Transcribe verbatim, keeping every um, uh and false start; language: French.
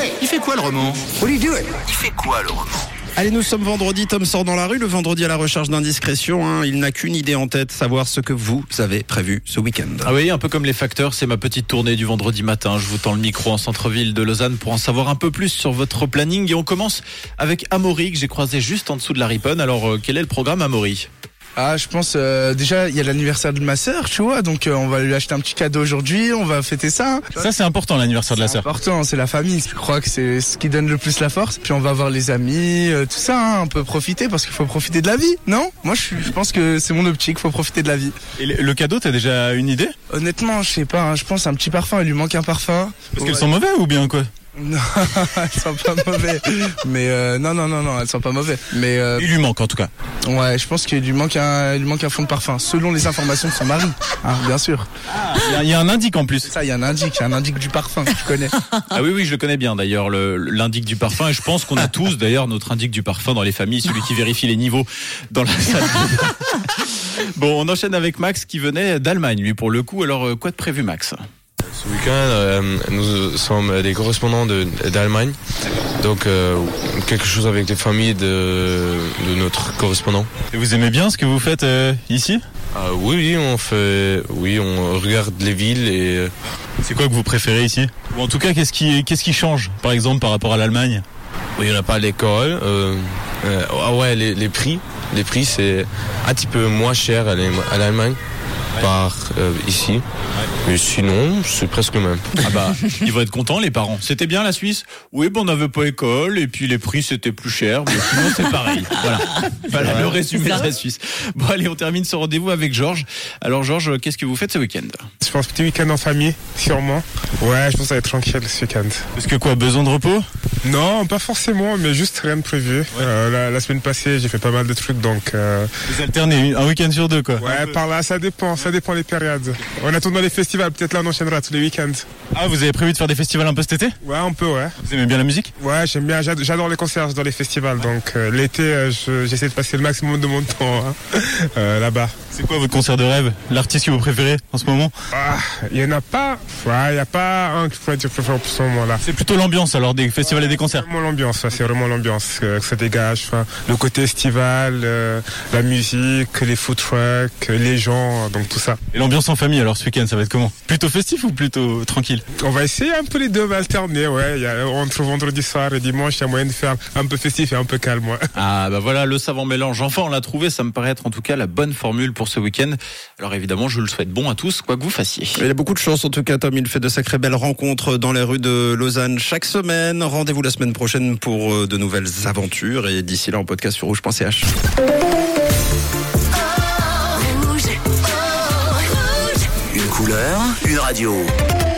Il fait quoi le roman? What are you doing? Il fait quoi le roman? Allez, nous sommes vendredi, Tom sort dans la rue, le vendredi à la recherche d'indiscrétion, hein. Il n'a qu'une idée en tête, savoir ce que vous avez prévu ce week-end. Ah oui, un peu comme les facteurs, c'est ma petite tournée du vendredi matin. Je vous tends le micro en centre-ville de Lausanne pour en savoir un peu plus sur votre planning. Et on commence avec Amaury, que j'ai croisé juste en dessous de la Riponne. Alors, euh, quel est le programme, Amaury ? Ah, je pense euh, déjà il y a l'anniversaire de ma sœur, tu vois, donc euh, on va lui acheter un petit cadeau aujourd'hui, on va fêter ça. Ça c'est important, l'anniversaire de la C'est sœur. important, c'est la famille, je crois que c'est ce qui donne le plus la force. Puis on va voir les amis, euh, tout ça, hein, on peut profiter parce qu'il faut profiter de la vie, non? Moi je, suis, je pense que c'est mon optique, faut profiter de la vie. Et le, le cadeau, t'as déjà une idée? Honnêtement, je sais pas, hein, je pense un petit parfum, il lui manque un parfum. Parce Ouais. qu'elles sont mauvais ou bien quoi? Non, elles sont pas mauvais. Mais euh, non, non, non, non, elles sont pas mauvais. Mais euh, Il lui manque en tout cas. ouais, je pense qu'il lui manque un, il lui manque un fond de parfum, selon les informations de son mari, hein, bien sûr. Il y a- il y, a un indique en plus. Ça, il y a un indique, il y a un indique du parfum, tu connais. Ah oui, oui, je le connais bien d'ailleurs, le- l'indique du parfum. Et je pense qu'on a tous d'ailleurs notre indique du parfum dans les familles, celui qui vérifie les niveaux dans la salle. Bon, on enchaîne avec Max qui venait d'Allemagne, lui pour le coup. Alors, euh, quoi de prévu, Max ? Ce week-end, euh, nous sommes des correspondants de, d'Allemagne, donc euh, quelque chose avec les familles de, de notre correspondant. Et vous aimez bien ce que vous faites euh, ici? Ah, oui, oui, on fait, oui, on regarde les villes et euh, C'est quoi que vous préférez ici? Ou en tout cas, qu'est-ce qui, qu'est-ce qui change par exemple par rapport à l'Allemagne? oui, on n'a pas l'école. Euh, euh, ah ouais, les, les prix, les prix c'est un petit peu moins cher à l'Allem- à l'Allemagne par euh, ici, mais sinon c'est presque le même. Ah bah, ils vont être contents les parents. C'était bien la Suisse ? Oui, bon, on n'avait pas école et puis les prix c'était plus cher, mais sinon c'est pareil. Voilà, voilà le résumé de la Suisse. Bon allez, on termine ce rendez-vous avec Georges. Alors Georges, qu'est-ce que vous faites ce week-end ? Je pense petit week-end en famille, sûrement. Ouais, je pense que ça va être tranquille ce week-end. Parce que quoi, besoin de repos? Non, pas forcément, mais juste rien de prévu. Euh, la, la semaine passée, j'ai fait pas mal de trucs, donc... Euh... Vous alternez un week-end sur deux quoi? Ouais, par là, ça dépend, ça dépend des périodes. On attend dans les festivals, peut-être là on enchaînera tous les week-ends. Ah, vous avez prévu de faire des festivals un peu cet été? Ouais, on peut, ouais. Vous aimez bien la musique? Ouais, j'aime bien, j'ado- j'adore les concerts, j'adore les festivals, donc euh, l'été, euh, je- j'essaie de passer le maximum de mon temps hein, euh, là-bas. C'est quoi votre concert de rêve? L'artiste que vous préférez en ce moment? Ah, il y en a pas, ouais, il y a pas un que je pourrais dire préféré pour ce moment-là. C'est plutôt l'ambiance alors des festivals et des concerts. C'est vraiment l'ambiance, ouais, c'est vraiment l'ambiance que, que ça dégage. Enfin, le côté estival, euh, la musique, les food trucks, les gens, donc tout ça. Et l'ambiance en famille alors ce week-end ça va être comment? Plutôt festif ou plutôt tranquille? On va essayer un peu les deux, on va alterner, ouais. Il y a, entre vendredi soir et dimanche, il y a moyen de faire un peu festif et un peu calme, ouais. Ah bah voilà, le savant mélange. Enfin, on l'a trouvé, ça me paraît être en tout cas la bonne formule pour ce week-end. Alors évidemment, je le souhaite bon à tous, quoi que vous fassiez. Il a beaucoup de chance en tout cas, Tom. Il fait de sacrées belles rencontres dans les rues de Lausanne chaque semaine. Rendez-vous la semaine prochaine pour euh, de nouvelles aventures. Et d'ici là, en podcast sur rouge point c h. Une couleur, une radio.